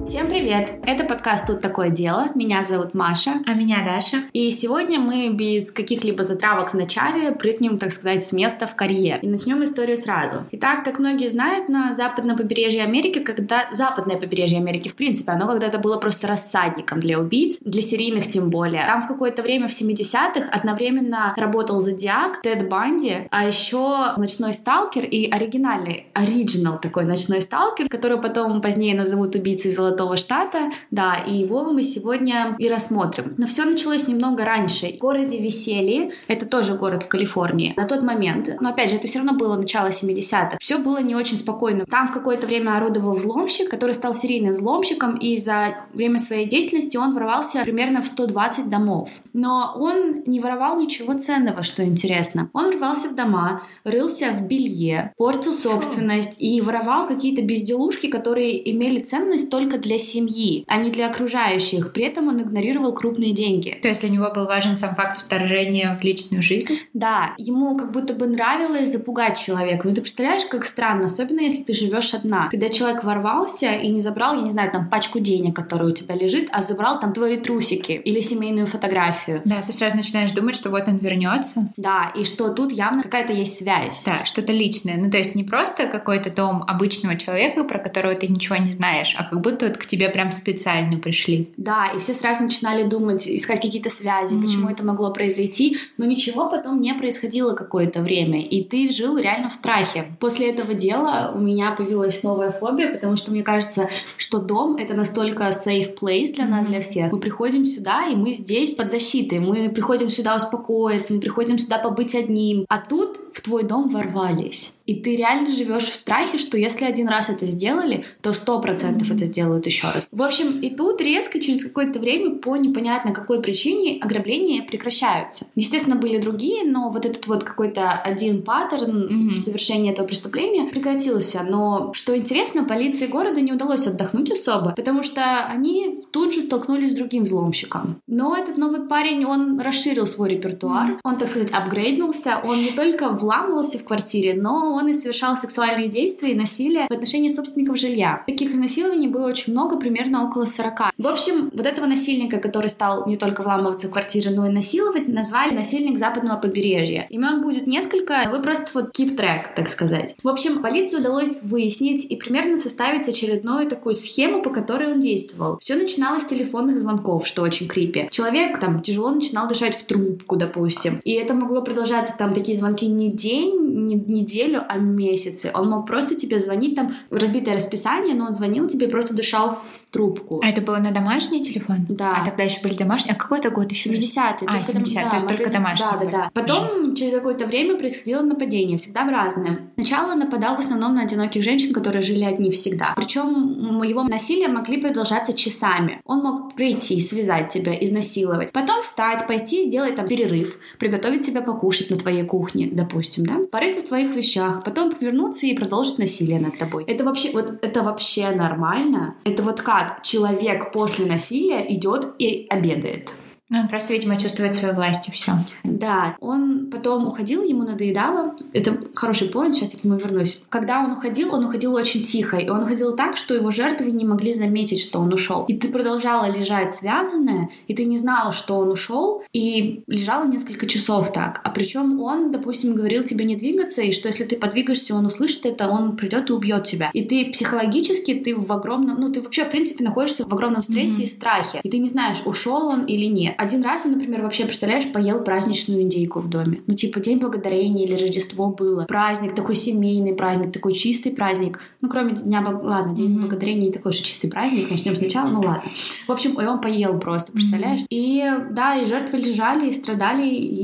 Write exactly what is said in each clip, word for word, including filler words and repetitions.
Всем привет! Это подкаст «Тут такое дело». Меня зовут Маша. А меня Даша. И сегодня мы без каких-либо затравок в начале прыгнем, так сказать, с места в карьер. И начнем историю сразу. Итак, как многие знают, на западном побережье Америки, когда... Западное побережье Америки, в принципе, оно когда-то было просто рассадником для убийц, для серийных тем более. Там в какое-то время в семидесятых одновременно работал Зодиак, Тед Банди, а еще ночной сталкер и оригинальный, оригинал такой ночной сталкер, который потом позднее назовут убийцей Золотого Штата, да, и его мы сегодня и рассмотрим. Но все началось немного раньше. В городе Веселье, это тоже город в Калифорнии, на тот момент, но опять же, это все равно было начало семидесятых, все было не очень спокойно. Там в какое-то время орудовал взломщик, который стал серийным взломщиком, и за время своей деятельности он ворвался примерно в сто двадцать домов. Но он не воровал ничего ценного, что интересно. Он ворвался в дома, рылся в белье, портил собственность и воровал какие-то безделушки, которые имели ценность только для семьи, а не для окружающих. При этом он игнорировал крупные деньги. То есть для него был важен сам факт вторжения в личную жизнь? Да, ему как будто бы нравилось запугать человека. Ну ты представляешь, как странно, особенно если ты живешь одна. Когда человек ворвался и не забрал, я не знаю, там пачку денег, которая у тебя лежит, а забрал там твои трусики или семейную фотографию. Да, ты сразу начинаешь думать, что вот он вернется. Да, и что тут явно какая-то есть связь. Да, что-то личное. Ну то есть не просто какой-то дом обычного человека, про которого ты ничего не знаешь, а как будто вот к тебе прям специально пришли. Да, и все сразу начинали думать, искать какие-то связи, mm-hmm. почему это могло произойти, но ничего потом не происходило какое-то время, и ты жил реально в страхе. После этого дела у меня появилась новая фобия, потому что мне кажется, что дом — это настолько safe place для нас, mm-hmm. для всех. Мы приходим сюда, и мы здесь под защитой, мы приходим сюда успокоиться, мы приходим сюда побыть одним, а тут в твой дом ворвались. И ты реально живешь в страхе, что если один раз это сделали, то сто процентов mm-hmm. это сделают еще раз. В общем, и тут резко через какое-то время по непонятно какой причине ограбления прекращаются. Естественно, были другие, но вот этот вот какой-то один паттерн mm-hmm. совершения этого преступления прекратился. Но, что интересно, полиции города не удалось отдохнуть особо, потому что они тут же столкнулись с другим взломщиком. Но этот новый парень, он расширил свой репертуар, mm-hmm. он, так сказать, апгрейднулся, он не только вламывался в квартире, но он и совершал сексуальные действия и насилие в отношении собственников жилья. Таких изнасилований было очень много, примерно около сорока. В общем, вот этого насильника, который стал не только вламываться в квартиры, но и насиловать, назвали насильник западного побережья. Имен будет несколько, вы просто вот keep track, так сказать. В общем, полиции удалось выяснить и примерно составить очередную такую схему, по которой он действовал. Все начиналось с телефонных звонков, что очень крипи. Человек там тяжело начинал дышать в трубку, допустим. И это могло продолжаться, там, такие звонки не день, не неделю, а месяцы. Он мог просто тебе звонить, там, разбитое расписание, но он звонил тебе и просто дышал в трубку. А это было на домашний телефон? Да. А тогда еще были домашние? А какой это год еще? семидесятые. А, семидесятые, да, то есть мобиль... только домашние. Да, да, да. Потом Жесть. Через какое-то время происходило нападение, всегда в разное. Сначала он нападал в основном на одиноких женщин, которые жили одни всегда. Причем его насилие могли продолжаться часами. Он мог прийти, связать тебя, изнасиловать. Потом встать, пойти, сделать там перерыв, приготовить себе покушать на твоей кухне, допустим, да? Порыться в твоих вещах, потом вернуться и продолжить насилие над тобой. Это вообще, вот это вообще нормально? Это вот как человек после насилия идет и обедает. Ну, он просто, видимо, чувствует свою власть, и все. Да, он потом уходил, ему надоедало. Это хороший поинт, сейчас я к нему вернусь. Когда он уходил, он уходил очень тихо. И он уходил так, что его жертвы не могли заметить, что он ушел. И ты продолжала лежать связанная, и ты не знала, что он ушел, и лежала несколько часов так. А причем он, допустим, говорил тебе не двигаться, и что если ты подвигаешься, он услышит это, он придет и убьет тебя. И ты психологически, ты в огромном... Ну, ты вообще, в принципе, находишься в огромном стрессе mm-hmm. и страхе. И ты не знаешь, ушел он или нет. Один раз он, например, вообще, представляешь, поел праздничную индейку в доме. Ну, типа, День Благодарения или Рождество было. Праздник, такой семейный праздник, такой чистый праздник. Ну, кроме Дня... Ладно, День mm-hmm. Благодарения не такой же чистый праздник, начнем сначала, ну ладно. В общем, и он поел просто, представляешь? Mm-hmm. И, да, и жертвы лежали, и страдали,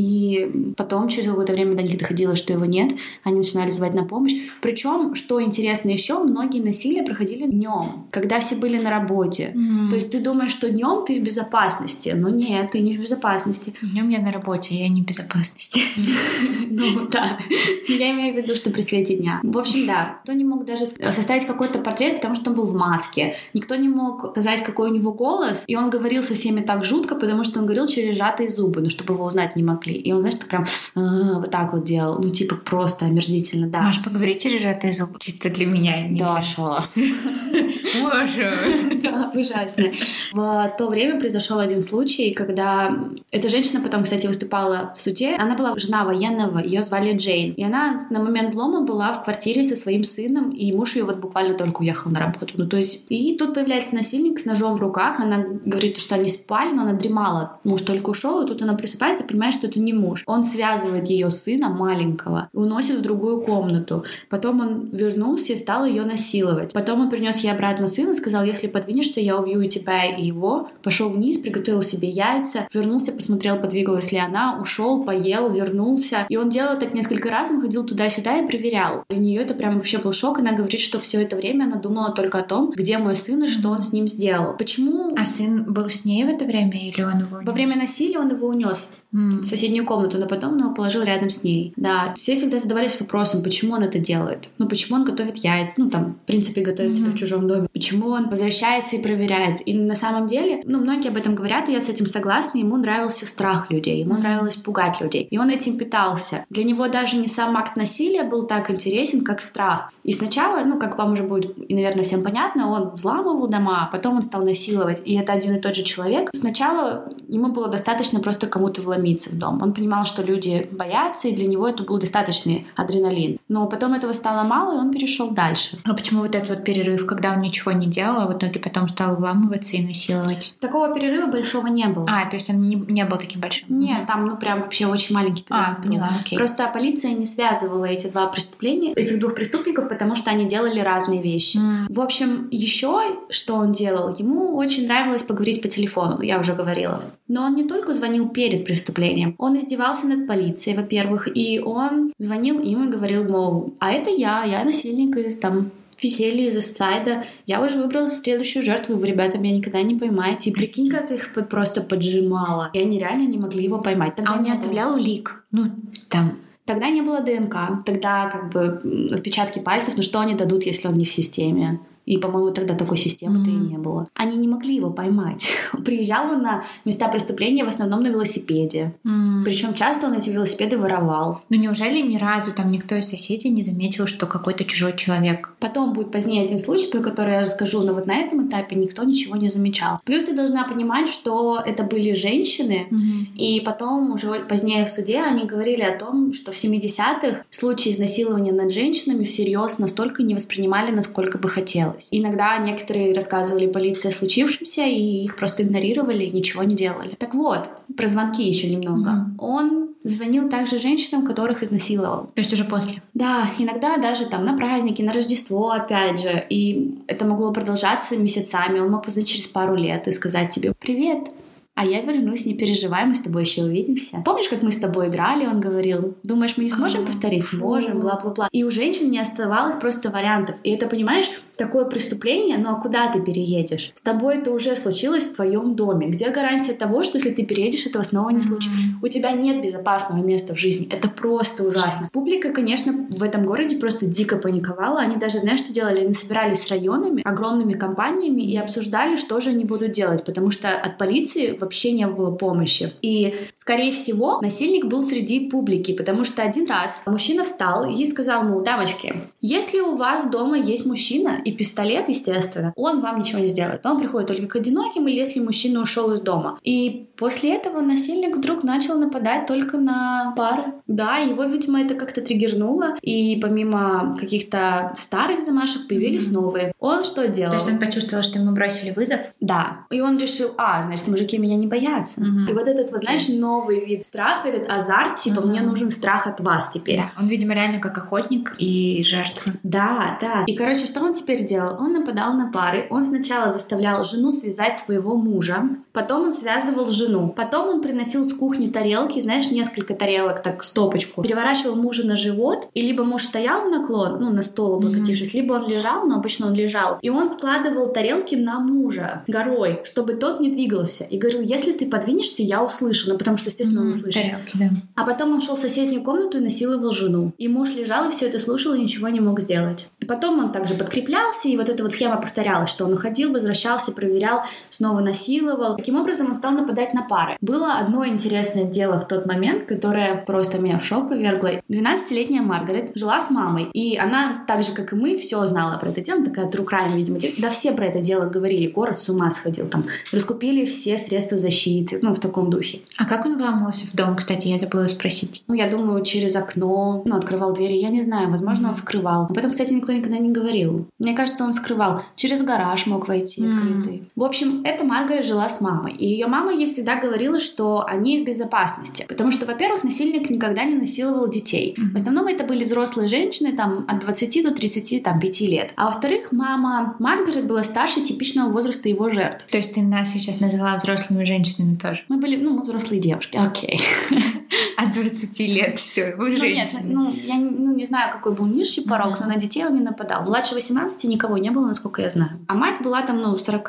и потом через какое-то время до них доходило, что его нет. Они начинали звать на помощь. Причем, что интересно еще, многие насилия проходили днем, когда все были на работе. Mm-hmm. То есть ты думаешь, что днем ты в безопасности, но нет, ты не в безопасности. Днем я на работе, я не в безопасности. Ну да, я имею в виду, что при свете дня. В общем, да, никто не мог даже составить какой-то портрет, потому что он был в маске. Никто не мог сказать, какой у него голос, и он говорил со всеми так жутко, потому что он говорил через сжатые зубы, ну, чтобы его узнать не могли. И он, знаешь, так прям вот так вот делал, ну, типа просто омерзительно, да. Можешь поговорить через сжатые зубы? Чисто для меня. Даша. Боже. Да, ужасно. В то время произошел один случай, когда эта женщина потом, кстати, выступала в суде. Она была жена военного, ее звали Джейн. И она на момент взлома была в квартире со своим сыном, и муж ее вот буквально только уехал на работу. Ну, то есть, и тут появляется насильник с ножом в руках. Она говорит, что они спали, но она дремала. Муж только ушел, и тут она просыпается и понимает, что это не муж. Он связывает ее сына маленького, уносит в другую комнату. Потом он вернулся и стал ее насиловать. Потом он принес ей обратно сына, сказал, если подвинешься, я убью и тебя, и его. Пошел вниз, приготовил себе яйца, вернулся, посмотрел, подвигалась ли она, ушел, поел, вернулся. И он делал так несколько раз, он ходил туда-сюда и проверял. Для нее это прям вообще был шок. Она говорит, что все это время она думала только о том, где мой сын и что он с ним сделал. Почему? А сын был с ней в это время или он его унес? Во время насилия он его унес mm. в соседнюю комнату, но потом он его положил рядом с ней. Да, все всегда задавались вопросом, почему он это делает. Ну, почему он готовит яйца, ну, там, в принципе, готовит mm-hmm. себе в чужом доме. Почему он возвращается и проверяет. И на самом деле, ну, многие об этом говорят, и я с этим согласна, ему нравился страх людей, ему mm-hmm. нравилось пугать людей. И он этим питался. Для него даже не сам акт насилия был так интересен, как страх. И сначала, ну, как вам уже будет, и, наверное, всем понятно, он взламывал дома, потом он стал насиловать. И это один и тот же человек. Сначала ему было достаточно просто кому-то вломиться в дом. Он понимал, что люди боятся, и для него это был достаточный адреналин. Но потом этого стало мало, и он перешел дальше. А почему вот этот вот перерыв, когда он ничего не делал, а в итоге потом стал вламываться и насиловать? Такого перерыва большого не было. А, то есть он не, не был таким большим? Нет, mm-hmm. там, ну, прям вообще очень маленький перерыв. А, поняла, окей. Просто полиция не связывала эти два преступления, этих двух преступников, потому что они делали разные вещи. Mm. В общем, еще что он делал? Ему очень нравилось поговорить по телефону, я уже говорила. Но он не только звонил перед преступлением, он издевался над полицией, во-первых, и он звонил им и говорил, мол, а это я, я насильник из там веселья из Истсайда, я уже выбрала следующую жертву, вы, ребята, меня никогда не поймаете. И прикинь, как их просто поджимало. И они реально не могли его поймать. Тогда а он не оставлял было... улик? Ну, там... Тогда не было ДНК, тогда как бы отпечатки пальцев, но что они дадут, если он не в системе? И, по-моему, тогда такой системы-то mm-hmm. и не было. Они не могли его поймать. Приезжал он на места преступления в основном на велосипеде. Mm-hmm. Причем часто он эти велосипеды воровал. Ну неужели ни разу там никто из соседей не заметил, что какой-то чужой человек? Потом будет позднее один случай, про который я расскажу, но вот на этом этапе никто ничего не замечал. Плюс ты должна понимать, что это были женщины, mm-hmm. и потом уже позднее в суде они говорили о том, что в семидесятых случаи изнасилования над женщинами всерьез настолько не воспринимали, насколько бы хотелось. Иногда некоторые рассказывали полиции о случившемся, и их просто игнорировали и ничего не делали. Так вот, про звонки еще немного. Mm-hmm. Он звонил также женщинам, которых изнасиловал. То есть уже после? Да, иногда даже там на праздники, на Рождество, опять же. И это могло продолжаться месяцами. Он мог позвонить через пару лет и сказать тебе «Привет, а я вернусь, не переживай, мы с тобой еще увидимся. Помнишь, как мы с тобой играли?» Он говорил. «Думаешь, мы не сможем а, повторить?» Фу. «Сможем», бла-бла-бла. И у женщин не оставалось просто вариантов. И это, понимаешь, такое преступление, ну а куда ты переедешь? С тобой это уже случилось в твоем доме. Где гарантия того, что если ты переедешь, этого снова не случится? Mm-hmm. У тебя нет безопасного места в жизни. Это просто ужасно. Публика, конечно, в этом городе просто дико паниковала. Они даже, знаешь, что делали? Они собирались с районами, огромными компаниями и обсуждали, что же они будут делать, потому что от полиции вообще не было помощи. И, скорее всего, насильник был среди публики, потому что один раз мужчина встал и сказал, мол, дамочки, если у вас дома есть мужчина и пистолет, естественно, он вам ничего не сделает. Он приходит только к одиноким или если мужчина ушел из дома. И после этого насильник вдруг начал нападать только на пары. Да, его, видимо, это как-то триггернуло, и помимо каких-то старых замашек появились mm-hmm. новые. Он что делал? То есть он почувствовал, что ему бросили вызов? Да. И он решил, а, значит, мужики меня не боятся. Mm-hmm. И вот этот, вот, знаешь, новый вид страха, этот азарт, типа, mm-hmm. мне нужен страх от вас теперь. Да. Он, видимо, реально как охотник и жертва. Да, да. И, короче, что он теперь делал? Он нападал на пары. Он сначала заставлял жену связать своего мужа, потом он связывал жену, потом он приносил с кухни тарелки, знаешь, несколько тарелок, так, стопочку, переворачивал мужа на живот, и либо муж стоял в наклон, ну, на стол облокотившись, mm-hmm. либо он лежал, но обычно он лежал, и он вкладывал тарелки на мужа горой, чтобы тот не двигался, и говорил, если ты подвинешься, я услышу, ну, потому что, естественно, mm-hmm. он услышит. Тарелки, да. А потом он шел в соседнюю комнату и насиловал жену, и муж лежал и все это слушал и ничего не мог сделать. И потом он также подкреплял возвращался, и вот эта вот схема повторялась, что он уходил, возвращался, проверял, снова насиловал. Таким образом, он стал нападать на пары. Было одно интересное дело в тот момент, которое просто меня в шок повергло. двенадцатилетняя Маргарет жила с мамой, и она, так же, как и мы, все знала про это дело, такая true crime, видимо. Да, все про это дело говорили, город с ума сходил, там, раскупили все средства защиты, ну, в таком духе. А как он вламывался в дом, кстати, я забыла спросить? Ну, я думаю, через окно, ну, открывал двери, я не знаю, возможно, mm-hmm. он скрывал. Об этом, кстати, никто никогда не говорил. Мне кажется, он скрывал. Через гараж мог войти mm-hmm. открытый. В общем, эта Маргарет жила с мамой, и ее мама ей всегда говорила, что они в безопасности, потому что, во-первых, насильник никогда не насиловал детей. Mm-hmm. В основном это были взрослые женщины, там, от двадцати до тридцати пяти лет. А во-вторых, мама Маргарет была старше типичного возраста его жертв. То есть ты нас сейчас назвала взрослыми женщинами тоже? Мы были, ну, мы взрослые девушки, окей. От двадцати лет, все, вы ну, женщины. Нет, ну, я ну, не знаю, какой был низший порог, mm-hmm. но на детей он не нападал. Младше восемнадцати никого не было, насколько я знаю. А мать была там, ну, сорок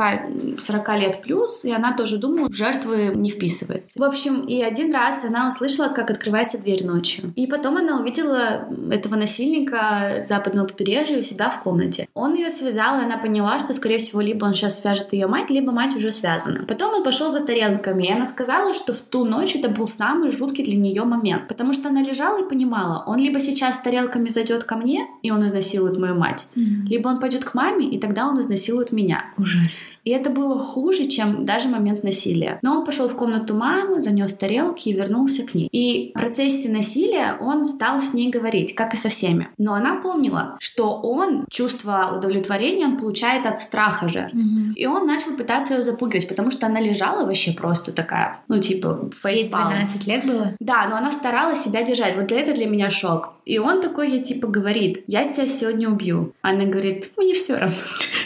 лет плюс, и она тоже думала, в жертвы не вписывается. В общем, и один раз она услышала, как открывается дверь ночью. И потом она увидела этого насильника с западного побережья у себя в комнате. Он ее связал, и она поняла, что, скорее всего, либо он сейчас свяжет ее мать, либо мать уже связана. Потом он пошел за тарелками, и она сказала, что в ту ночь это был самый жуткий для нее момент, потому что она лежала и понимала, он либо сейчас с тарелками зайдет ко мне, и он изнасилует мою мать, mm-hmm. либо он пойдет к маме, и тогда он изнасилует меня. Ужасно. И это было хуже, чем даже момент насилия. Но он пошел в комнату мамы, занес тарелки и вернулся к ней. И в процессе насилия он стал с ней говорить, как и со всеми. Но она помнила, что он чувство удовлетворения он получает от страха жертв. Mm-hmm. И он начал пытаться ее запугивать, потому что она лежала вообще просто такая, ну типа фейспалм. Ей двенадцать лет было? Да, но она старалась себя держать. Вот это для меня шок. И он такой ей типа говорит, я тебя сегодня убью. Она говорит, мне все равно.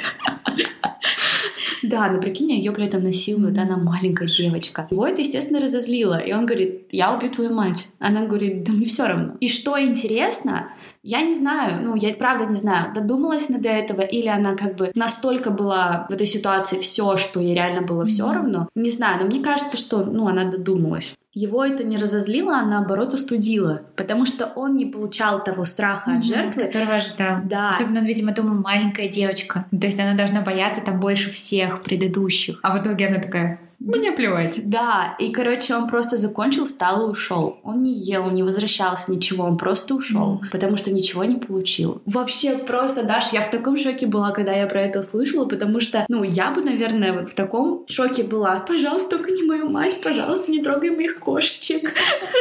Да, но прикинь, ее при этом насилуют, mm-hmm. она маленькая девочка. Его это, естественно, разозлило. И он говорит, я убью твою мать. Она говорит, да мне все равно. И что интересно, я не знаю, ну, я правда не знаю, додумалась она до этого, или она как бы настолько была в этой ситуации все, что ей реально было все mm-hmm. равно. Не знаю, но мне кажется, что, ну, она додумалась. Его это не разозлило, а наоборот остудило, потому что он не получал того страха mm-hmm, от жертвы, которого ожидал. Да. Особенно он, видимо, думал, маленькая девочка. То есть она должна бояться там больше всех предыдущих. А в итоге она такая... Мне плевать. Да, и, короче, он просто закончил, встал и ушел. Он не ел, не возвращался, ничего, он просто ушел, mm. потому что ничего не получил. Вообще просто, Даш, я в таком шоке была, когда я про это услышала, потому что, ну, я бы, наверное, вот в таком шоке была. Пожалуйста, только не мою мать, пожалуйста, не трогай моих кошечек.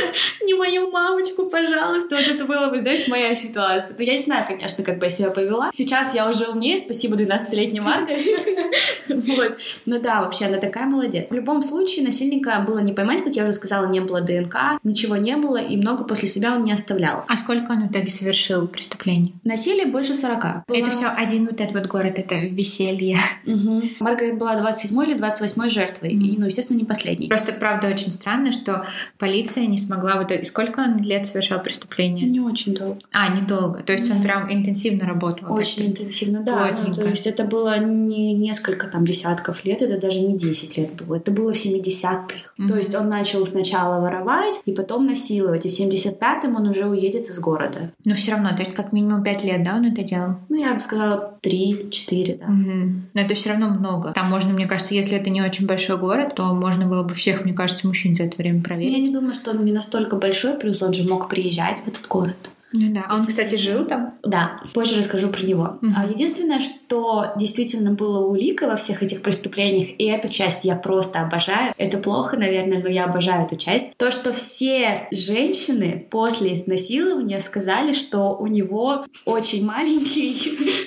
Не мою мамочку, пожалуйста. Вот это было бы, знаешь, моя ситуация. Но я не знаю, конечно, как бы я себя повела. Сейчас я уже умнее, спасибо двенадцатилетней Маргарет. Вот. Ну да, вообще, она такая молодец. В любом случае, насильника было не поймать, как я уже сказала, не было ДНК, ничего не было, и много после себя он не оставлял. А сколько он в итоге совершил преступлений? Насилие больше сорока. Была... Это все один вот этот вот город, это веселье. Угу. Маргарет была двадцать седьмой или двадцать восьмой жертвой, mm. и, ну, естественно, не последней. Просто, правда, очень странно, что полиция не смогла в итоге... Сколько он лет совершал преступления? Не очень долго. А, недолго. То есть mm. он прям интенсивно работал. Очень интенсивно, да. Ну, то есть это было не несколько там десятков лет, это даже не десять лет было. Это было в семидесятых. Mm-hmm. То есть он начал сначала воровать и потом насиловать. И в семьдесят пятом он уже уедет из города. Но все равно, то есть как минимум пять лет, да, он это делал? Ну, я бы сказала, три-четыре, да. Mm-hmm. Но это все равно много. Там можно, мне кажется, если это не очень большой город, то можно было бы всех, мне кажется, мужчин за это время проверить. Я не думаю, что он не настолько большой, плюс он же мог приезжать в этот город. Ну да. А он, кстати, жил там? Да, позже расскажу про него. Uh-huh. Единственное, что действительно было уликой во всех этих преступлениях, и эту часть я просто обожаю. Это плохо, наверное, но я обожаю эту часть. То, что все женщины после изнасилования сказали, что у него очень маленький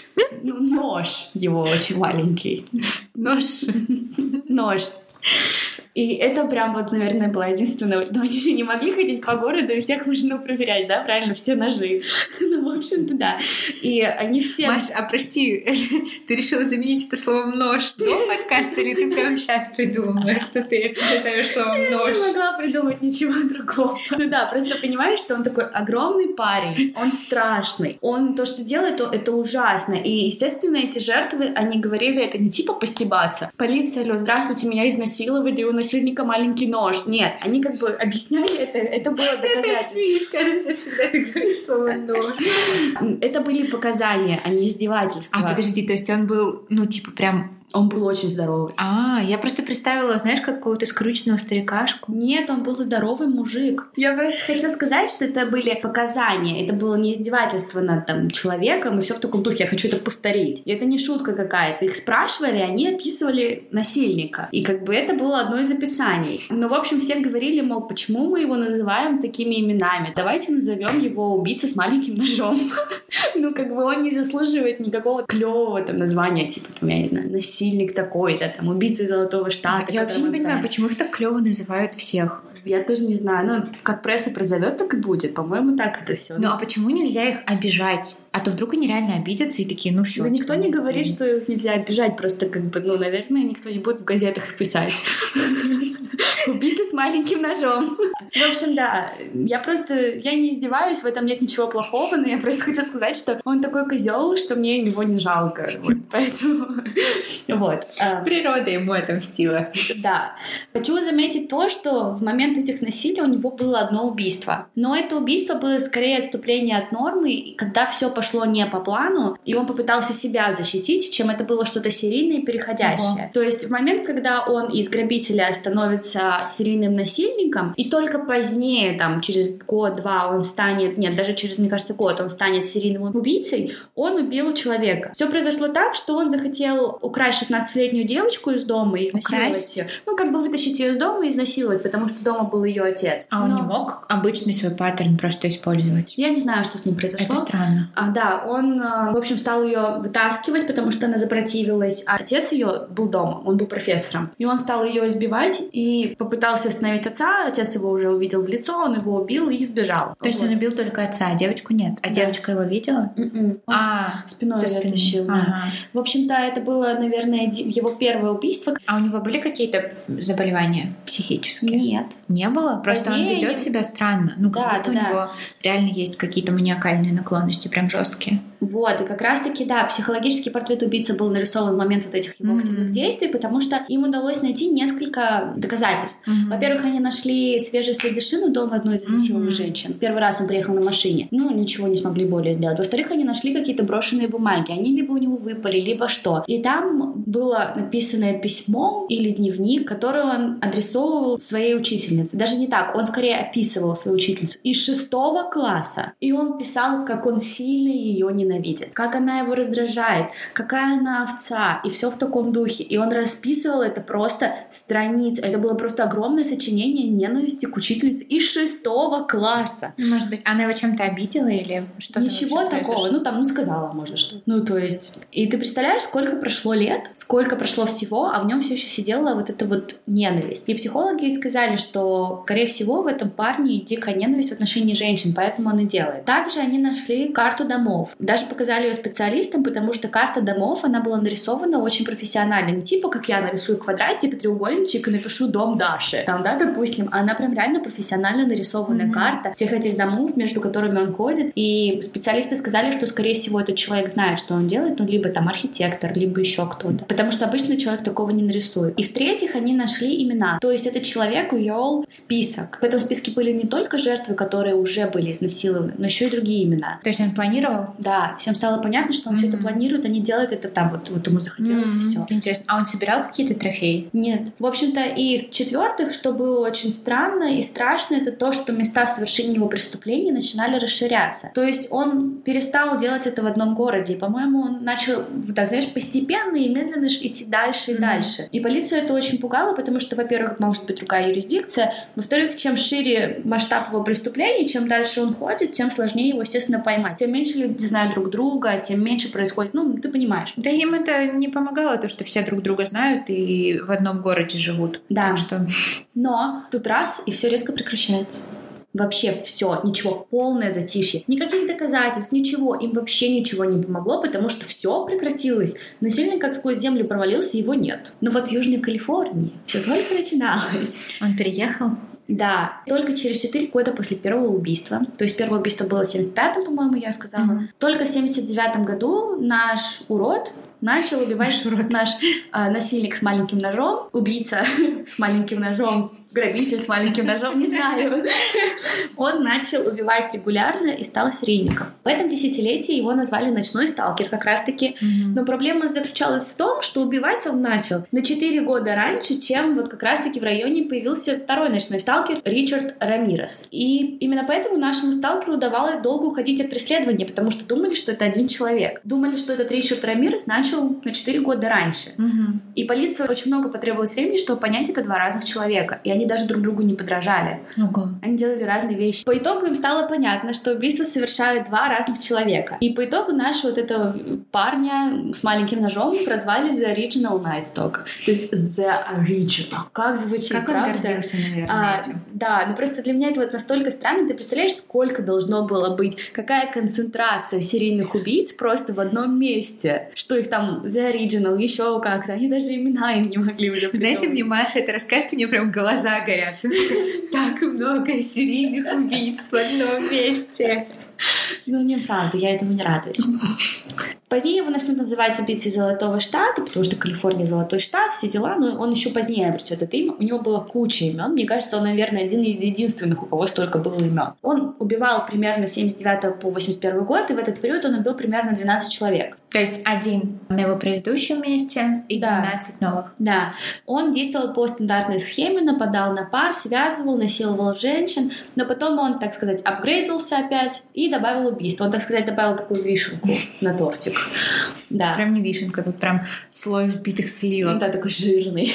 нож. Его очень маленький. Нож. Нож. И это прям вот, наверное, была единственная... Но они же не могли ходить по городу и всех мужчин проверять, да? Правильно? Все ножи. Ну, в общем-то, да. И они все... Маш, а прости, ты решила заменить это словом «нож» до подкаста, или ты прямо сейчас придумала, что ты назовешь словом «нож»? Я не могла придумать ничего другого. Ну да, просто понимаешь, что он такой огромный парень, он страшный, он то, что делает, то это ужасно. И, естественно, эти жертвы, они говорили это не типа постебаться. Полиция, алло, здравствуйте, меня изнасиловали, у нас насильника маленький нож. Нет, они как бы объясняли это, это было доказательство. Это смеюсь каждый раз, когда ты говоришь слово нож. Это были показания, а не издевательства. А, подожди, то есть он был, ну, типа, прям... Он был очень здоровый. А, я просто представила, знаешь, какого-то скрученного старикашку. Нет, он был здоровый мужик. Я просто хочу сказать, что это были показания. Это было не издевательство над там, человеком, и все в таком духе. Я хочу это повторить. И это не шутка какая-то. Их спрашивали, они описывали насильника. И как бы это было одно из описаний. Но, в общем, все говорили, мол, почему мы его называем такими именами? Давайте назовем его убийца с маленьким ножом. Ну, как бы он не заслуживает никакого клевого там названия, типа, там, я не знаю, насильник. Насильник такой-то, там, убийца Золотого Штата. Я вообще не понимаю, знает. Почему их так клево называют всех. Я тоже не знаю. Ну, как пресса призовет, так и будет. По-моему, так это все. Ну, а почему нельзя их обижать? А то вдруг они реально обидятся и такие, ну все. Да никто не говорит, что их нельзя обижать. Просто, как бы, ну, наверное, никто не будет в газетах писать. Убийца с маленьким ножом. В общем, да. Я просто... Я не издеваюсь, в этом нет ничего плохого, но я просто хочу сказать, что он такой козел, что мне его не жалко. Вот, поэтому... Вот. Природа ему отомстила. Да. Хочу заметить то, что в момент этих насилий у него было одно убийство. Но это убийство было скорее отступление от нормы, когда все пошло не по плану, и он попытался себя защитить, чем это было что-то серийное и переходящее. Ого. То есть в момент, когда он из грабителя становится серийным насильником, и только позднее, там, через год-два он станет, нет, даже через, мне кажется, год он станет серийным убийцей, он убил человека. Все произошло так, что он захотел украсть шестнадцатилетнюю девочку из дома и изнасиловать украсть? ее. Ну, как бы вытащить ее из дома и изнасиловать, потому что дома был ее отец. А он Но... не мог обычный свой паттерн просто использовать? Я не знаю, что с ним произошло. Это странно. А, да, он, в общем, стал ее вытаскивать, потому что она запротивилась, а отец ее был дома, он был профессором. И он стал ее избивать и попытался остановить отца, отец его уже увидел в лицо, он его убил и сбежал. То вот. есть он убил только отца, а девочку нет? А да. девочка его видела? Mm-mm. Он а, спиной со ее тащил. Ага. Да. В общем-то, это было, наверное, его первое убийство. А у него были какие-то заболевания психические? Нет. Не было? Просто Позднее... он ведет себя странно. Ну, как да, будто да, у да. него реально есть какие-то маниакальные наклонности, прям жесткие. Вот, и как раз-таки, да, психологический портрет убийцы был нарисован в момент вот этих его mm-hmm. активных действий, потому что им удалось найти несколько доказательств. Mm-hmm. Во-первых, они нашли свежие следы шин у дома одной из изнасилованных mm-hmm. женщин. Первый раз он приехал на машине. Ну, ничего не смогли более сделать. Во-вторых, они нашли какие-то брошенные бумаги. Они либо у него выпали, либо что. И там было написанное письмо или дневник, который он адресовывал своей учительнице. Даже не так, он скорее описывал свою учительницу из шестого класса. И он писал, как он сильно ее ненавидит, как она его раздражает, какая она овца, и все в таком духе. И он расписывал это просто страниц. Это было просто огромное сочинение ненависти к учительнице из шестого класса. Может быть, она его чем-то обидела или что-то? Ничего такого. Ну, там, ну, сказала, может, что. Ну, то есть... И ты представляешь, сколько прошло лет, сколько прошло всего, а в нем все еще сидела вот эта вот ненависть. И психологи сказали, что, скорее всего, в этом парне дикая ненависть в отношении женщин, поэтому он и делает. Также они нашли карту домов. Даже показали ее специалистам, потому что карта домов, она была нарисована очень профессионально. Не типа, как я нарисую квадратик, треугольничек и напишу дом Даши. Там, да, допустим. Она прям реально профессионально нарисованная mm-hmm. карта всех этих домов, между которыми он ходит. И специалисты сказали, что, скорее всего, этот человек знает, что он делает, ну, либо там архитектор, либо еще кто-то. Потому что обычный человек такого не нарисует. И в-третьих, они нашли имена. То есть этот человек увел список. В этом списке были не только жертвы, которые уже были изнасилованы, но еще и другие имена. То есть он планировал? Да. Всем стало понятно, что он mm-hmm. все это планирует, они делают это там, вот, вот ему захотелось, mm-hmm. и все. Интересно. А он собирал какие-то трофеи? Нет. В общем-то, и в-четвертых, что было очень странно и страшно, это то, что места совершения его преступлений начинали расширяться. То есть он перестал делать это в одном городе. И, по-моему, он начал, так, знаешь, постепенно и медленно идти дальше и mm-hmm. дальше. И полицию это очень пугало, потому что, во-первых, может быть другая юрисдикция. Во-вторых, чем шире масштаб его преступлений, чем дальше он ходит, тем сложнее его, естественно, поймать. Тем меньше люди знают друг друга, тем меньше происходит, ну, ты понимаешь. Да им это не помогало, то, что все друг друга знают и в одном городе живут. Да. Так что... Но тут раз, и все резко прекращается. Вообще все, ничего, полное затишье. Никаких доказательств, ничего. Им вообще ничего не помогло, потому что все прекратилось. Насильник как сквозь землю провалился, его нет. Но вот в Южной Калифорнии все только начиналось. Он переехал? Да, только через четыре года после первого убийства, то есть первое убийство было в семьдесят пятом, по-моему, я сказала, mm-hmm. только в семьдесят девятом году наш урод начал убивать наш, наш э, насильник с маленьким ножом, убийца с маленьким ножом, грабитель с маленьким ножом, не знаю. Он начал убивать регулярно и стал серийником. В этом десятилетии его назвали ночной сталкер как раз-таки. Mm-hmm. Но проблема заключалась в том, что убивать он начал на четыре года раньше, чем вот как раз-таки в районе появился второй ночной сталкер Ричард Рамирес. И именно поэтому нашему сталкеру удавалось долго уходить от преследования, потому что думали, что это один человек. Думали, что этот Ричард Рамирес начал на четыре года раньше. Mm-hmm. И полиции очень много потребовалось времени, чтобы понять, это два разных человека. И они даже друг другу не подражали. Okay. Они делали разные вещи. По итогу им стало понятно, что убийство совершают два разных человека. И по итогу нашего вот этого парня с маленьким ножом прозвали The Original Night Stalker. То есть The Original. Как звучит, Как правда? он гордился, наверное, а, этим. Да, но просто для меня это вот настолько странно. Ты представляешь, сколько должно было быть, какая концентрация серийных убийц просто в одном месте. Что их там The Original, еще как-то. Они даже имена им не могли уже придумать. Знаете, мне Маша это рассказывает, у меня прям глаза горят. Так много серийных убийц в одном месте. Ну, неправда, я этому не радуюсь. Позднее его начнут называть убийцей Золотого Штата, потому что Калифорния — Золотой Штат, все дела, но он еще позднее обретет это имя. У него было куча имен. Мне кажется, он, наверное, один из единственных, у кого столько было имен. Он убивал примерно с семьдесят девятого по восемьдесят первый год, и в этот период он убил примерно двенадцать человек. То есть один на его предыдущем месте и да. двенадцать новых. Да. Он действовал по стандартной схеме, нападал на пар, связывал, насиловал женщин, но потом он, так сказать, апгрейдился опять и добавил убийство. Он, так сказать, добавил такую вишенку на тортик. Да. Прям не вишенка, тут прям слой взбитых сливок. Да, такой жирный.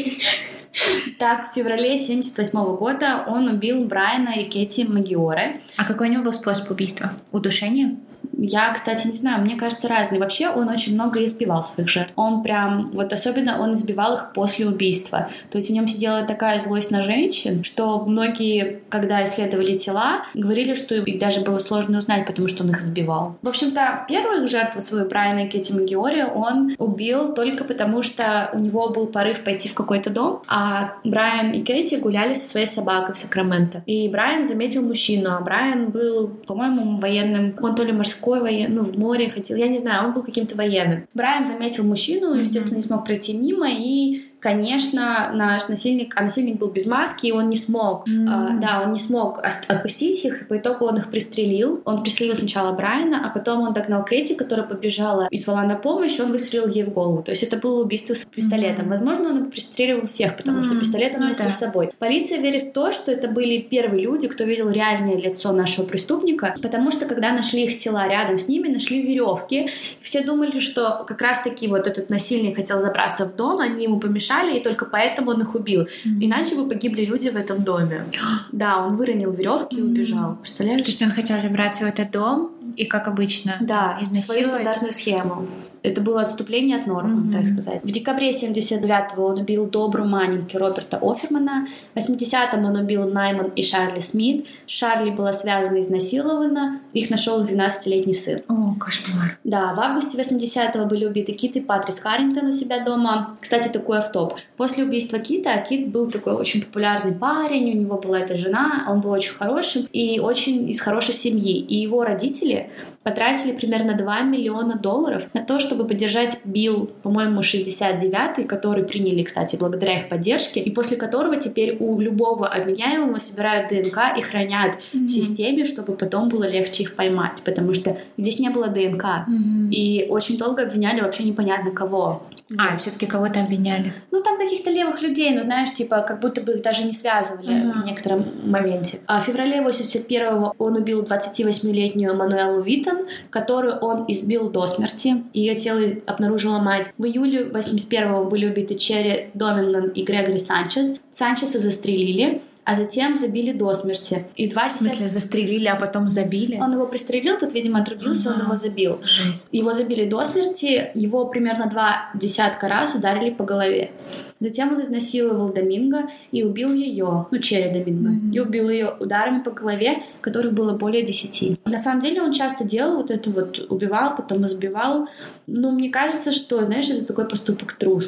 Так, в феврале семьдесят восьмого года он убил Брайана и Кэти Магиоре. А какой у него был способ убийства? Удушение? Я, кстати, не знаю, мне кажется, разные. Вообще, он очень много избивал своих жертв. Он прям, вот особенно он избивал их после убийства. То есть в нем сидела такая злость на женщин, что многие, когда исследовали тела, говорили, что их даже было сложно узнать, потому что он их избивал. В общем-то, первую жертву свою, Брайана и Кэти Магиоре, он убил только потому, что у него был порыв пойти в какой-то дом, а Брайан и Кэти гуляли со своей собакой в Сакраменто. И Брайан заметил мужчину, а Брайан был, по-моему, военным, он то ли морской военный, ну, в море ходил, я не знаю, он был каким-то военным. Брайан заметил мужчину, естественно, не смог пройти мимо, и конечно, наш насильник, а насильник был без маски, и он не смог, mm. а, да, он не смог отпустить их, и по итогу он их пристрелил. Он пристрелил сначала Брайана, а потом он догнал Кэти, которая побежала и звала на помощь, и он выстрелил ей в голову. То есть это было убийство с пистолетом. Mm. Возможно, он пристреливал всех, потому mm. что пистолет он носил mm. с собой. Полиция верит в то, что это были первые люди, кто видел реальное лицо нашего преступника, потому что когда нашли их тела, рядом с ними нашли веревки. Все думали, что как раз-таки вот этот насильник хотел забраться в дом, они ему помешали, и только поэтому он их убил. Mm-hmm. Иначе бы погибли люди в этом доме. Да, он выронил веревки mm-hmm. и убежал. Представляешь? То есть он хотел забраться в этот дом и, как обычно, да, свою стандартную схему. Это было отступление от нормы, mm-hmm. так сказать. В декабре семьдесят девятого он убил Добру Маннинг и Роберта Офермана. В восьмидесятом он убил Найман и Шарли Смит. Шарли была связана и изнасилована. Их нашел двенадцатилетний сын. О, кошмар. Да, в августе восьмидесятого были убиты Кит и Патрис Харрингтон у себя дома. Кстати, такой автоп. После убийства Кита Кит был такой очень популярный парень, у него была эта жена, он был очень хорошим и очень из хорошей семьи. И его родители потратили примерно два миллиона долларов на то, чтобы поддержать Билл, по-моему, шестьдесят девятый, который приняли, кстати, благодаря их поддержке, и после которого теперь у любого обвиняемого собирают ДНК и хранят mm-hmm. в системе, чтобы потом было легче их поймать, потому что здесь не было ДНК. Mm-hmm. И очень долго обвиняли вообще непонятно кого. А, все-таки кого-то обвиняли? Ну, там каких-то левых людей, ну, знаешь, типа, как будто бы их даже не связывали uh-huh. в некотором моменте. А в феврале восемьдесят первого он убил двадцативосьмилетнюю Мануэлу Виттон, которую он избил до смерти. Ее тело обнаружила мать. В июле восемьдесят первого были убиты Черри Доминган и Грегори Санчес. Санчеса застрелили, а затем забили до смерти. И два В смысле, застрелили, а потом забили? Он его пристрелил, тут, видимо, отрубился, ага. он его забил. Жесть. Его забили до смерти, его примерно два десятка раз ударили по голове. Затем он изнасиловал Доминго и убил ее, ну, Черри Доминго, mm-hmm. и убил ее ударами по голове, которых было более десяти. На самом деле он часто делал вот это вот, убивал, потом избивал. Но мне кажется, что, знаешь, это такой поступок труса.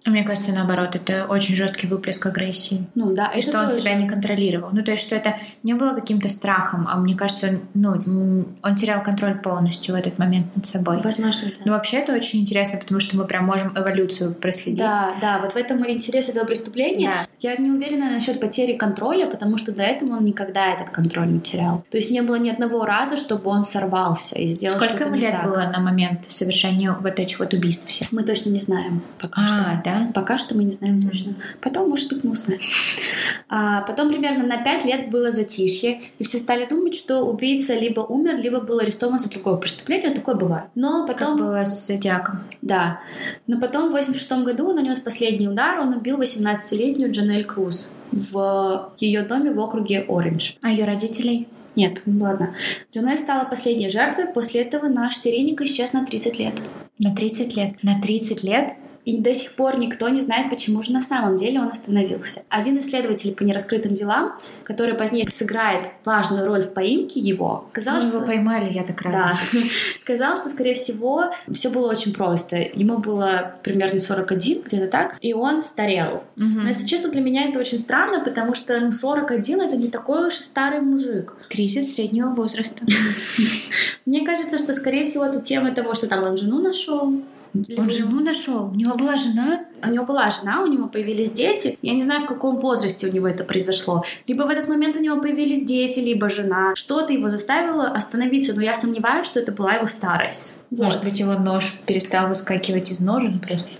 Мне кажется, наоборот, это очень жесткий выплеск агрессии. Ну да, и что он тоже. себя не контролировал. Ну, то есть, что это не было каким-то страхом, а мне кажется, он, ну, он терял контроль полностью в этот момент над собой. Возможно, да. Но вообще это очень интересно, потому что мы прям можем эволюцию проследить. Да, да, вот в этом и интерес этого преступления. Да. Я не уверена насчет потери контроля, потому что до этого он никогда этот контроль не терял. То есть не было ни одного раза, чтобы он сорвался и сделал что-то не так. Сколько ему лет было на момент совершения вот этих вот убийств всех? Мы точно не знаем пока а, что. Да? Пока что мы не знаем mm-hmm. точно. Потом, может быть, мы узнаем. А потом примерно на пять лет было затишье, и все стали думать, что убийца либо умер, либо был арестован за другое преступление. Такое бывает. Но потом... Как было с Зодиаком. Да. Но потом в восемьдесят шестом году он нанес последний удар. Он убил восемнадцатилетнюю Джанель Круз в ее доме в округе Ориндж. А ее родителей? Нет, не была одна. Джанель стала последней жертвой. После этого наш серийник исчез на тридцать лет. На тридцать лет? На тридцать лет? И до сих пор никто не знает, почему же на самом деле он остановился. Один исследователь по нераскрытым делам, который позднее сыграет важную роль в поимке его, сказал, ну, что... его поймали, я так рада. Да. Сказал, что, скорее всего, все было очень просто. Ему было примерно сорок один, где-то так, и он старел. Угу. Но, если честно, для меня это очень странно, потому что ну, сорок один — это не такой уж и старый мужик. Кризис среднего возраста. Мне кажется, что, скорее всего, тут тема того, что там он жену нашел. Он жену нашел? У него была жена? У него была жена, у него появились дети. Я не знаю, в каком возрасте у него это произошло. Либо в этот момент у него появились дети, либо жена. Что-то его заставило остановиться, но я сомневаюсь, что это была его старость. Может вот. быть, его нож перестал выскакивать из ножен просто?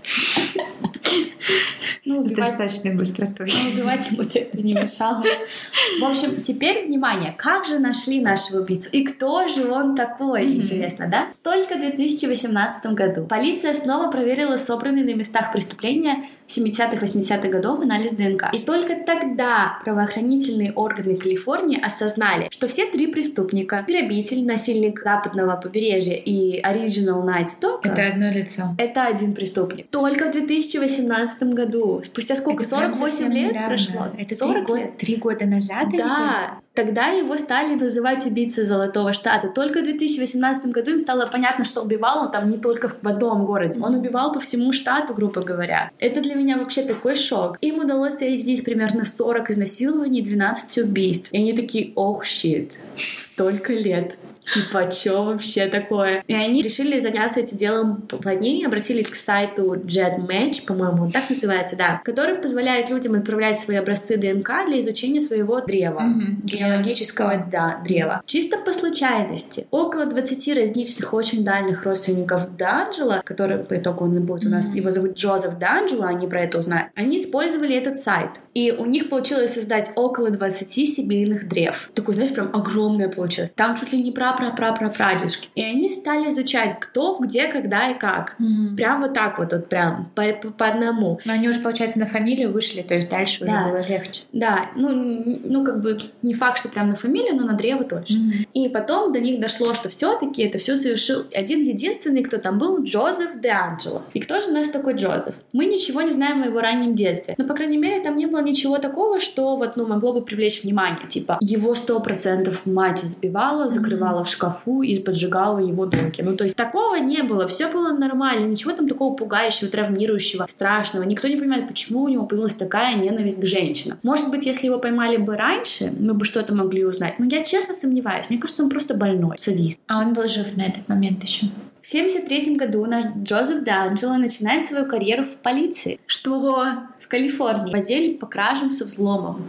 Ну, с достаточной быстротой. Ну, убивать ему это не мешало. В общем, теперь, внимание, как же нашли нашего убийцу? И кто же он такой? Mm-hmm. Интересно, да? Только в две тысячи восемнадцатом году полиция снова проверила собранный на местах преступления семидесятых-восьмидесятых годов анализ ДНК. И только тогда правоохранительные органы Калифорнии осознали, что все три преступника, грабитель, насильник западного побережья и Original Night Stalker — это одно лицо. Это один преступник. Только в две тысячи восемнадцатом году. Спустя сколько? Это сорок восемь лет недавно. прошло? Это сорок три, год, три года назад? Да. Тогда его стали называть убийцей Золотого Штата. Только в две тысячи восемнадцатом году им стало понятно, что убивал он там не только в одном городе. Он убивал по всему штату, грубо говоря. Это для меня вообще такой шок. Им удалось соединить примерно сорок изнасилований и двенадцать убийств. И они такие: ох, щит, столько лет. Типа, что вообще такое? И они решили заняться этим делом плотнее, обратились к сайту JetMatch, по-моему, он так называется, да, который позволяет людям отправлять свои образцы ДНК для изучения своего древа, mm-hmm. генеалогического да, древа. Чисто по случайности. Около двадцати различных очень дальних родственников Д'Анджело, который по итогу он будет у нас, mm-hmm. его зовут Джозеф Д'Анджело, они про это узнают, они использовали этот сайт. И у них получилось создать около двадцати семейных древ. Такое, знаешь, прям огромное получилось. Там чуть ли не про пра-пра-пра-прадедушки. И они стали изучать, кто, где, когда и как. Mm-hmm. Прям вот так вот, вот прям по, по, по одному. Но они уже, получается, на фамилию вышли, то есть дальше да. уже было легче. Да, ну, ну как бы не факт, что прям на фамилию, но на древо точно. Mm-hmm. И потом до них дошло, что все-таки это все совершил один единственный, кто там был, Джозеф Д'Анджело. И кто же наш такой Джозеф? Мы ничего не знаем о его раннем детстве. Но, по крайней мере, там не было ничего такого, что вот, ну, могло бы привлечь внимание. Типа, его сто процентов мать избивала, закрывала mm-hmm. в шкафу и поджигала его донки. Ну, то есть такого не было. Все было нормально. Ничего там такого пугающего, травмирующего, страшного. Никто не понимает, почему у него появилась такая ненависть к женщинам. Может быть, если его поймали бы раньше, мы бы что-то могли узнать. Но я честно сомневаюсь. Мне кажется, он просто больной, садист. А он был жив на этот момент еще? В семьдесят третьем году наш Джозеф Д'Анджело начинает свою карьеру в полиции. Что? В Калифорнии. В отделе по кражам со взломом.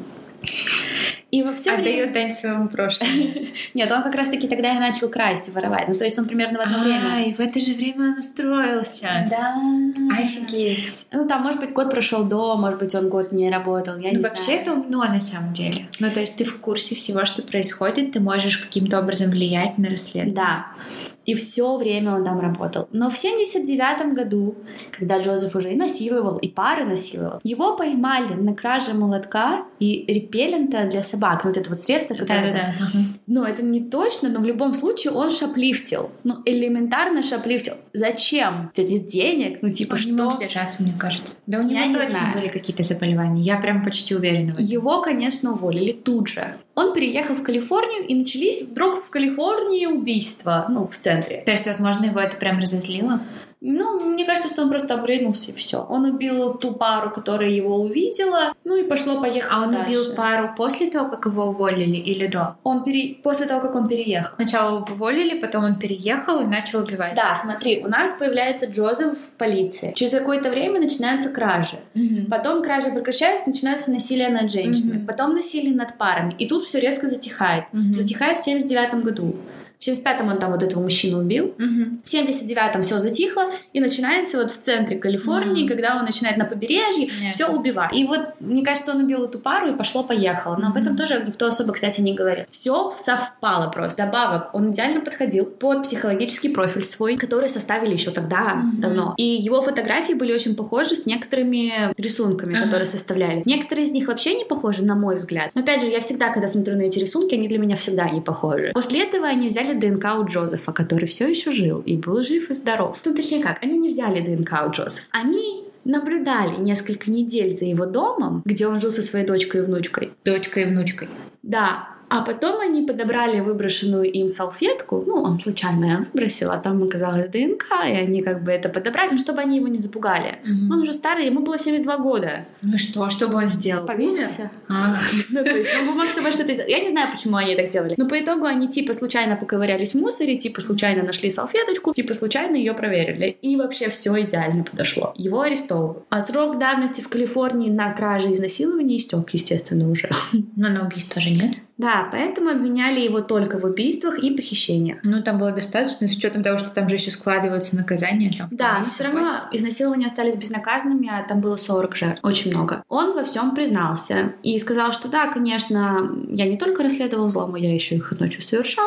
И во всё отдает время... дань своему прошлому. Нет, он как раз-таки тогда и начал красть и воровать. Ну, то есть он примерно в одно а, время. А, и в это же время он устроился. Да. Офигеть. Ну, там, может быть, год прошел до, может быть, он год не работал, я ну, не вообще знаю. это умно на самом деле. Ну, то есть ты в курсе всего, что происходит, ты можешь каким-то образом влиять на расследование. Да. И все время он там работал. Но в семьдесят девятом году, когда Джозеф уже и насиловал, и пары насиловал, его поймали на краже молотка и репеллента для собак. Ну, вот это вот средство, которое... Да-да-да. Ну, это не точно, но в любом случае он шоплифтил. Ну, элементарно шоплифтил. Зачем? У тебя нет денег? Ну, типа, он что? Он не мог держаться, мне кажется. Да у него я точно знаю. были какие-то заболевания. Я прям почти уверена в этом. Его, конечно, уволили тут же. Он переехал в Калифорнию, и начались вдруг в Калифорнии убийства. Ну, в центре. То есть, возможно, его это прям разозлило? Ну, мне кажется, что он просто обрынулся и все. Он убил ту пару, которая его увидела, ну и пошло-поехало А он дальше. убил пару после того, как его уволили или до? Он пере... После того, как он переехал. Сначала его уволили, потом он переехал и начал убивать. Да, смотри, у нас появляется Джозеф в полиции. Через какое-то время начинаются кражи. Угу. Потом кражи прекращаются, начинаются насилие над женщинами. Угу. Потом насилие над парами. И тут все резко затихает. Угу. Затихает в семьдесят девятом году. В семьдесят пятом он там вот этого мужчину убил. Угу. В семьдесят девятом все затихло, и начинается вот в центре Калифорнии, mm. когда он начинает на побережье yeah. все убивать. И вот, мне кажется, он убил эту пару и пошло-поехало. Но mm-hmm. об этом тоже никто особо, кстати, не говорит. Все совпало просто. Добавок, он идеально подходил под психологический профиль свой, который составили еще тогда, mm-hmm. давно. И его фотографии были очень похожи с некоторыми рисунками, uh-huh. которые составляли. Некоторые из них вообще не похожи, на мой взгляд. Но опять же, я всегда, когда смотрю на эти рисунки, они для меня всегда не похожи. После этого они взяли ДНК у Джозефа, который все еще жил и был жив и здоров. Ну, точнее как, они не взяли ДНК у Джозефа. Они наблюдали несколько недель за его домом, где он жил со своей дочкой и внучкой. Дочкой и внучкой. Да. А потом они подобрали выброшенную им салфетку. Ну, он случайно ее выбросил, а там оказалась ДНК, и они как бы это подобрали, ну, чтобы они его не запугали. Mm-hmm. Он уже старый, ему было семьдесят два года. Ну что, что бы он сделал? Повесился. А. Ну, то есть, он бы мог с тобой что-то сделать. Я не знаю, почему они так делали. Но по итогу они типа случайно поковырялись в мусоре, типа случайно нашли салфеточку, типа случайно ее проверили. И вообще все идеально подошло. Его арестовывают. А срок давности в Калифорнии на краже и изнасилование истек, естественно, уже. Но на убийство же нет. Да, поэтому обвиняли его только в убийствах и похищениях. Ну, там было достаточно, с учетом того, что там же еще складываются наказания. Там, да, но все равно изнасилования остались безнаказанными, а там было сорок жертв. Очень много. Он во всем признался и сказал, что да, конечно, я не только расследовал взломы, я еще их ночью совершал.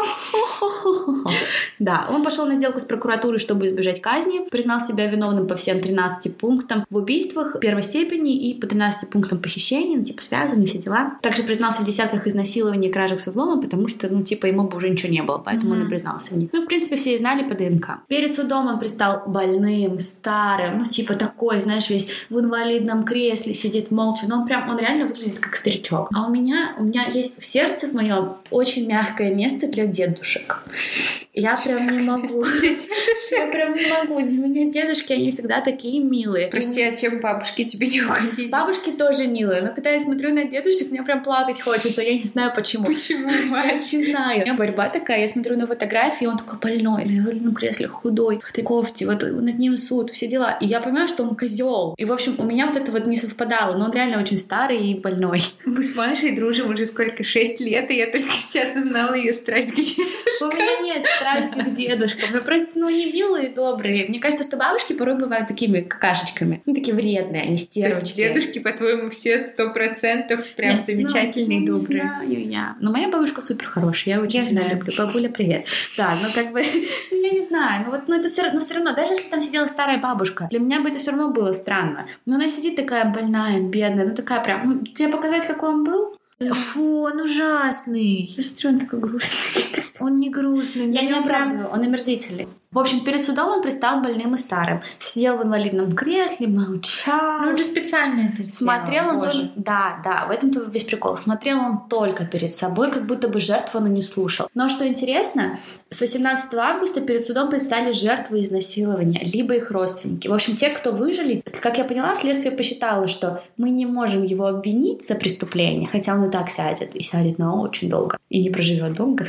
Да, он пошел на сделку с прокуратурой, чтобы избежать казни, признал себя виновным по всем тринадцати пунктам в убийствах первой степени и по тринадцати пунктам похищения, ну, типа связаны, все дела. Также признался в десятках изнасилований и кражах со взломом, потому что, ну, типа, ему бы уже ничего не было, поэтому mm-hmm. он и признался в них. Ну, в принципе, все и знали по ДНК. Перед судом он предстал больным, старым, ну, типа, такой, знаешь, весь в инвалидном кресле, сидит молча, но он прям, он реально выглядит как старичок. А у меня, у меня есть в сердце в моем очень мягкое место для дедушек. Я прям не могу. Я прям не могу. Для меня дедушки, они всегда такие милые. Прости, а чем бабушки тебе не уходили? Бабушки тоже милые, но когда я смотрю на дедушек, мне прям плакать хочется. Я не знаю почему. Почему, мать? Я не знаю. У меня борьба такая. Я смотрю на фотографии, он такой больной, на инвалидном кресле, худой, в этой кофте, вот над ним суд, все дела. И я понимаю, что он козел. И, в общем, у меня вот это вот не совпадало, но он реально очень старый и больной. Мы с Машей дружим уже сколько? Шесть лет, и я только сейчас узнала ее страсть к дедушкам. У меня нет страсти к дедушкам. Мы просто, ну, они милые, добрые. Мне кажется, что бабушки порой бывают такими какашечками. Ну, такие вредные, они стервочки. То есть дедушки, по-твоему, все сто процентов прям нет, замечательные и ну, добрые? Не знаю я. Но моя бабушка супер хорошая. Я очень я сильно знаю. люблю. Бабуля, привет. Да, ну как бы, я не знаю. Ну вот, ну это все равно, все равно, даже если там сидела старая бабушка, для меня бы это все равно было странно. Но она сидит такая больная, бедная, ну такая прям, ну, тебе показать, какой он был? Фу, он ужасный. Я смотрю, он такой грустный. Он не грустный. Я не оправдываю, он омерзительный. В общем, перед судом он предстал больным и старым. Сидел в инвалидном кресле, молчал. Ну, он же специально это сделал. Смотрел он тоже... Да, да, в этом-то весь прикол. Смотрел он только перед собой, как будто бы жертву он и не слушал. Но что интересно, с восемнадцатого августа перед судом предстали жертвы изнасилования, либо их родственники. В общем, те, кто выжили, как я поняла, следствие посчитало, что мы не можем его обвинить за преступление, хотя он и так сядет, и сядет на очень долго, и не проживет долго.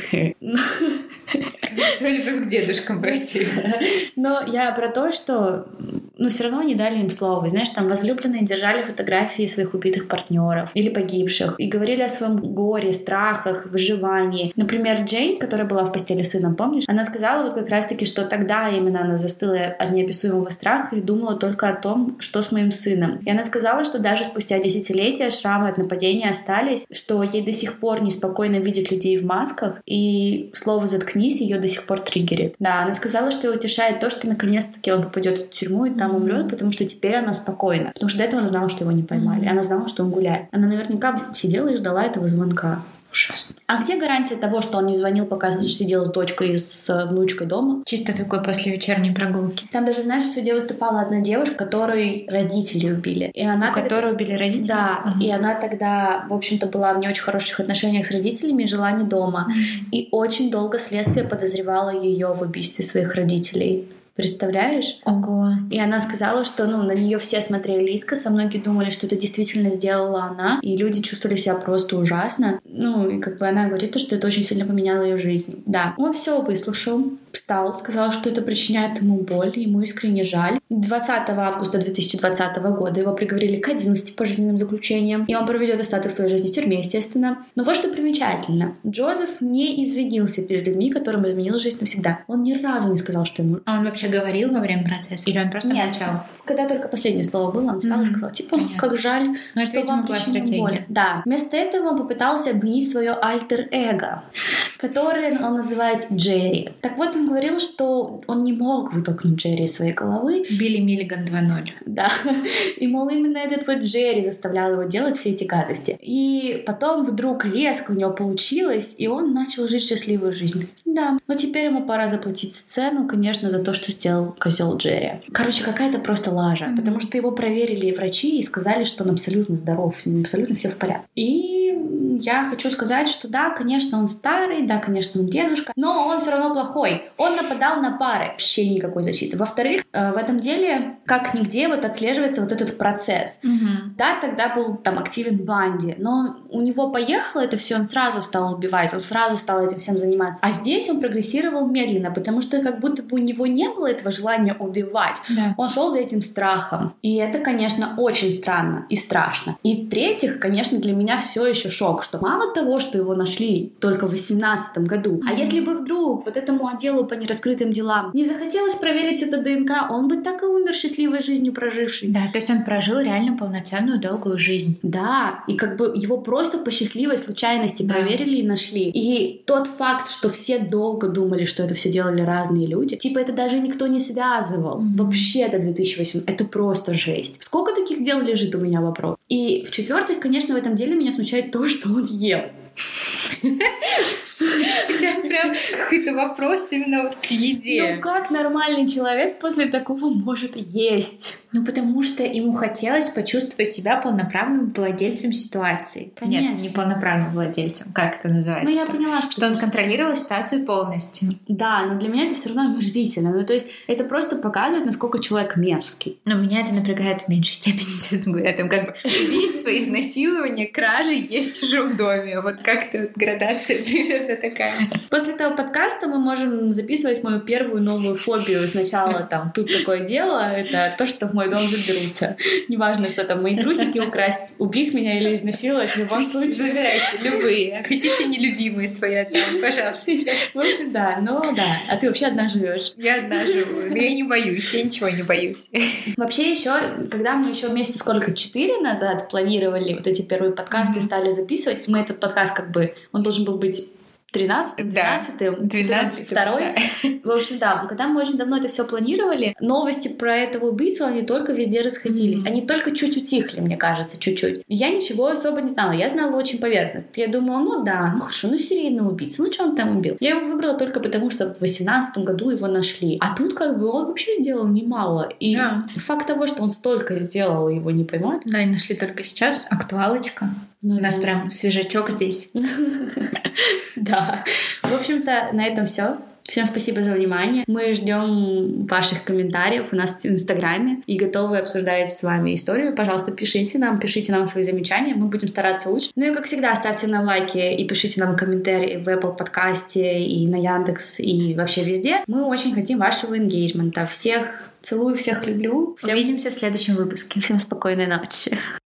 Только к дедушкам, прости. Но я про то, что ну, все равно не дали им слова. Знаешь, там возлюбленные держали фотографии своих убитых партнеров или погибших и говорили о своем горе, страхах, выживании. Например, Джейн, которая была в постели с сыном, помнишь? Она сказала вот как раз-таки, что тогда именно она застыла от неописуемого страха и думала только о том, что с моим сыном. И она сказала, что даже спустя десятилетия шрамы от нападения остались, что ей до сих пор неспокойно видеть людей в масках, и слово «заткнись» ее до сих пор триггерит. Да, она сказала, что ее утешает то, что наконец-таки он попадет в тюрьму и там умрет, потому что теперь она спокойна. Потому что до этого она знала, что его не поймали. Она знала, что он гуляет. Она наверняка сидела и ждала этого звонка. Ужасно. А где гарантия того, что он не звонил, пока сидел с дочкой и с внучкой дома? Чисто такой после вечерней прогулки. Там даже, знаешь, в суде выступала одна девушка, которой родители убили. И она У тогда... которой убили родители? Да. Угу. И она тогда, в общем-то, была в не очень хороших отношениях с родителями и жила не дома. Угу. И очень долго следствие подозревало ее в убийстве своих родителей. Представляешь? Ого. И она сказала, что ну, на нее все смотрели искоса, многие думали, что это действительно сделала она, и люди чувствовали себя просто ужасно. Ну, и как бы она говорит, что это очень сильно поменяло ее жизнь. Да, он все выслушал, встал, сказал, что это причиняет ему боль, ему искренне жаль. двадцатого августа две тысячи двадцатого года его приговорили к одиннадцати пожизненным заключениям, и он проведет остаток своей жизни в тюрьме, естественно. Но вот что примечательно. Джозеф не извинился перед людьми, которым изменил жизнь навсегда. Он ни разу не сказал, что ему... А он вообще говорил во время процесса? Или он просто Нет. молчал? Когда только последнее слово было, он встал mm-hmm. и сказал, типа, Понятно. как жаль, Но что это, вам видимо, была причинил стратегия. боль. Да. Вместо этого он попытался обвинить свое альтер-эго, которое он называет Джерри. Так вот, он говорил, что он не мог вытолкнуть Джерри из своей головы. Билли Миллиган два ноль. Да. И, мол, именно этот вот Джерри заставлял его делать все эти гадости. И потом вдруг резко у него получилось, и он начал жить счастливую жизнь. Да. Но теперь ему пора заплатить цену, конечно, за то, что сделал козел Джерри. Короче, какая-то просто лажа. Mm-hmm. Потому что его проверили врачи и сказали, что он абсолютно здоров, с ним абсолютно все в порядке. И я хочу сказать, что да, конечно, он старый, да, конечно, он дедушка, но он все равно плохой. Он нападал на пары. Вообще никакой защиты. Во-вторых, в этом деле, как нигде, вот отслеживается вот этот процесс. Mm-hmm. Да, тогда был там активен Банди, но у него поехало это все, он сразу стал убивать, он сразу стал этим всем заниматься. А здесь он прогрессировал медленно, потому что как будто бы у него не было этого желания убивать. Да. Он шел за этим страхом. И это, конечно, очень странно и страшно. И в-третьих, конечно, для меня все еще шок, что мало того, что его нашли только в восемнадцатом году, mm-hmm. а если бы вдруг вот этому отделу по нераскрытым делам не захотелось проверить это ДНК, он бы так и умер счастливой жизнью проживший. Да, то есть он прожил реально полноценную долгую жизнь. Да, и как бы его просто по счастливой случайности да. проверили и нашли. И тот факт, что все долго думали, что это все делали разные люди, типа это даже никто не связывал. Mm-hmm. Вообще до две тысячи восьмого. Это просто жесть. Сколько таких дел лежит, у меня вопрос. И в-четвертых, конечно, в этом деле меня смущает то, что он ел. У тебя прям какой-то вопрос именно вот к еде. Ну как нормальный человек после такого может есть? Ну потому что ему хотелось почувствовать себя полноправным владельцем ситуации. Конечно. Нет, не полноправным владельцем, как это называется? Ну я поняла, что... Что он контролировал ситуацию полностью. Да, но для меня это все равно омерзительно. Ну то есть это просто показывает, насколько человек мерзкий. Но меня это напрягает в меньшей степени, честно говоря. Там как бы убийство, изнасилование, кражи есть в чужом доме. Вот как-то вот градация примерно такая. После этого подкаста мы можем записывать мою первую новую фобию. Сначала там тут такое дело, это то, что в мой дом заберутся. Неважно, что там мои трусики украсть, убить меня или изнасиловать, в любом случае. Забирайте любые. Хотите нелюбимые свои там, пожалуйста. В общем, да, ну да. А ты вообще одна живешь? Я одна живу. Я не боюсь, я ничего не боюсь. Вообще еще, когда мы еще вместе сколько, четыре назад планировали вот эти первые подкасты, mm-hmm. стали записывать, мы этот подкаст как бы, он должен был быть тринадцатым, двенадцатым, двенадцатым, второй. Да. В общем, да, когда мы очень давно это все планировали, новости про этого убийцу, они только везде расходились. Mm-hmm. Они только чуть утихли, мне кажется, чуть-чуть. Я ничего особо не знала. Я знала очень поверхностно. Я думала, ну да, ну хорошо, ну серийный убийца, ну что он там убил? Я его выбрала только потому, что в восемнадцатом году его нашли. А тут как бы он вообще сделал немало. И yeah. факт того, что он столько сделал, его не поймать. Да, и нашли только сейчас. Актуалочка. Ну, У нас прям свежачок здесь. Да. В общем-то, на этом все. Всем спасибо за внимание. Мы ждем ваших комментариев у нас в Инстаграме и готовы обсуждать с вами историю. Пожалуйста, пишите нам, пишите нам свои замечания. Мы будем стараться лучше. Ну и, как всегда, ставьте нам лайки и пишите нам комментарии в Apple подкасте и на Яндекс и вообще везде. Мы очень хотим вашего энгейджмента. Всех целую, всех люблю. Всем... Увидимся в следующем выпуске. Всем спокойной ночи.